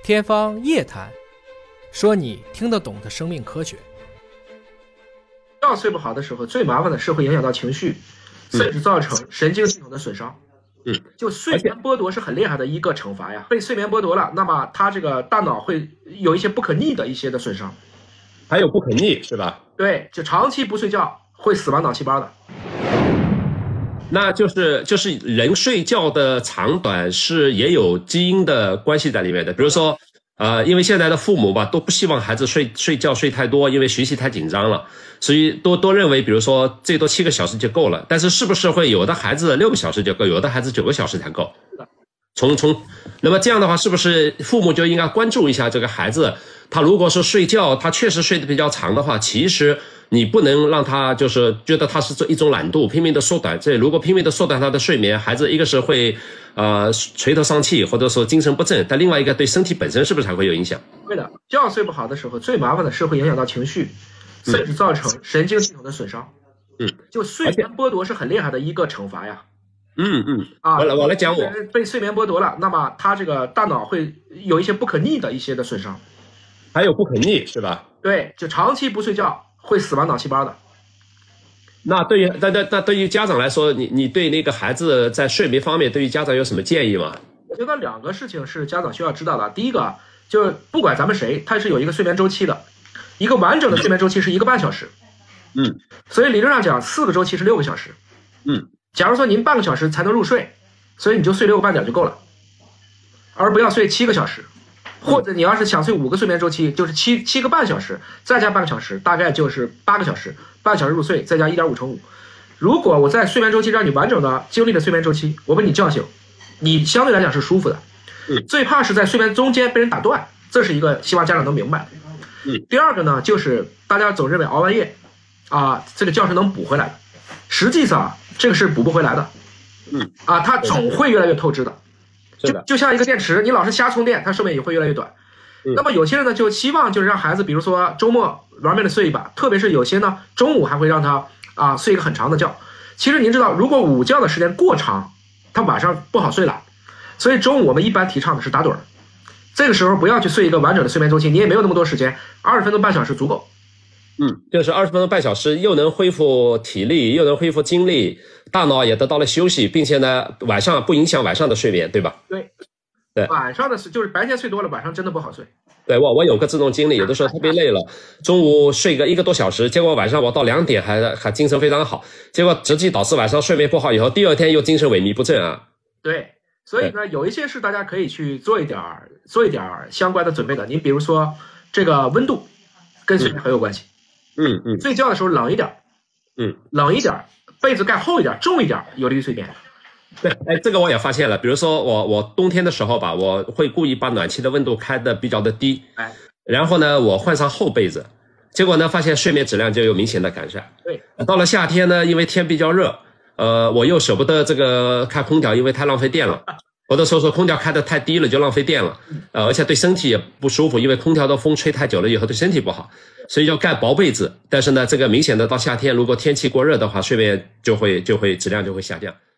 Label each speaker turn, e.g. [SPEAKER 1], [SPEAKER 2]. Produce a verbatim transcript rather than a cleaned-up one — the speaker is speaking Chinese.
[SPEAKER 1] 天方夜谭，说你听得懂的生命科学。
[SPEAKER 2] 觉睡不好的时候，最麻烦的是会影响到情绪，甚至造成神经系统的损伤。
[SPEAKER 3] 嗯，
[SPEAKER 2] 就睡眠剥夺是很厉害的一个惩罚呀。被睡眠剥夺了，那么他这个大脑会有一些不可逆的一些的损伤。
[SPEAKER 3] 还有不可逆是吧？
[SPEAKER 2] 对，就长期不睡觉会死亡脑细胞的。
[SPEAKER 3] 那就是就是人睡觉的长短是也有基因的关系在里面的，比如说呃，因为现在的父母吧都不希望孩子睡睡觉睡太多，因为学习太紧张了，所以都都认为比如说最多七个小时就够了。但是是不是会有的孩子六个小时就够，有的孩子九个小时才够？从从那么这样的话，是不是父母就应该关注一下这个孩子？他如果说睡觉他确实睡得比较长的话，其实你不能让他就是觉得他是这一种懒惰，拼命的缩短。这如果拼命的缩短他的睡眠，孩子一个是会呃垂头丧气，或者说精神不振，但另外一个对身体本身是不是还会有影响？
[SPEAKER 2] 会的，觉睡不好的时候，最麻烦的是会影响到情绪，甚至造成神经系统的损伤。
[SPEAKER 3] 嗯，
[SPEAKER 2] 就睡眠剥夺是很厉害的一个惩罚呀。
[SPEAKER 3] 嗯嗯，
[SPEAKER 2] 啊，
[SPEAKER 3] 我来我来讲我
[SPEAKER 2] 被睡眠剥夺了，那么他这个大脑会有一些不可逆的一些的损伤。
[SPEAKER 3] 还有不可逆是吧？
[SPEAKER 2] 对，就长期不睡觉会死亡脑细胞的。
[SPEAKER 3] 那对于那那那对于家长来说，你你对那个孩子在睡眠方面，对于家长有什么建议吗？
[SPEAKER 2] 我觉得两个事情是家长需要知道的。第一个就是不管咱们谁，他是有一个睡眠周期的，一个完整的睡眠周期是一个半小时。
[SPEAKER 3] 嗯，
[SPEAKER 2] 所以理论上讲，四个周期是六个小时。
[SPEAKER 3] 嗯，
[SPEAKER 2] 假如说您半个小时才能入睡，所以你就睡六个半点就够了，而不要睡七个小时。或者你要是想睡五个睡眠周期，就是七七个半小时，再加半个小时，大概就是八个小时，半小时入睡，再加一点五乘五。如果我在睡眠周期让你完整的经历了睡眠周期，我把你叫醒，你相对来讲是舒服的。
[SPEAKER 3] 嗯，
[SPEAKER 2] 最怕是在睡眠中间被人打断，这是一个希望家长能明白。
[SPEAKER 3] 嗯，
[SPEAKER 2] 第二个呢，就是大家总认为熬完夜啊，这个觉是能补回来的，实际上这个是补不回来的。
[SPEAKER 3] 嗯，
[SPEAKER 2] 啊，它总会越来越透支的。
[SPEAKER 3] 就
[SPEAKER 2] 就像一个电池，你老是瞎充电，它寿命也会越来越短。
[SPEAKER 3] 嗯、
[SPEAKER 2] 那么有些人呢，就希望就是让孩子，比如说周末玩命的睡一把，特别是有些呢，中午还会让他啊睡一个很长的觉。其实您知道，如果午觉的时间过长，他晚上不好睡了。所以中午我们一般提倡的是打盹儿，这个时候不要去睡一个完整的睡眠周期，你也没有那么多时间，二十分钟半小时足够。
[SPEAKER 3] 嗯，就是二十分钟半小时，又能恢复体力，又能恢复精力，大脑也得到了休息，并且呢，晚上不影响晚上的睡眠，对吧？
[SPEAKER 2] 对，
[SPEAKER 3] 对，
[SPEAKER 2] 晚上的是就是白天睡多了，晚上真的不好睡。
[SPEAKER 3] 对，我我有个这种经历，有的时候特别累了，中午睡个一个多小时，结果晚上我到两点还还精神非常好，结果直接导致晚上睡眠不好，以后第二天又精神萎靡不振啊。
[SPEAKER 2] 对，所以呢，有一些是大家可以去做一点做一点相关的准备的。您比如说这个温度跟睡眠很有关系。
[SPEAKER 3] 嗯嗯，
[SPEAKER 2] 睡觉的时候冷一点，
[SPEAKER 3] 嗯，
[SPEAKER 2] 冷一点，被子盖厚一点，重一点，有利于睡眠。
[SPEAKER 3] 对，哎，这个我也发现了。比如说我我冬天的时候吧，我会故意把暖气的温度开的比较的低，
[SPEAKER 2] 哎，
[SPEAKER 3] 然后呢，我换上厚被子，结果呢，发现睡眠质量就有明显的改善。
[SPEAKER 2] 对，
[SPEAKER 3] 到了夏天呢，因为天比较热，呃，我又舍不得这个开空调，因为太浪费电了。或者说说空调开得太低了就浪费电了，呃，而且对身体也不舒服，因为空调的风吹太久了以后对身体不好，所以要盖薄被子。但是呢，这个明显的到夏天，如果天气过热的话，睡眠就会就会质量就会下降。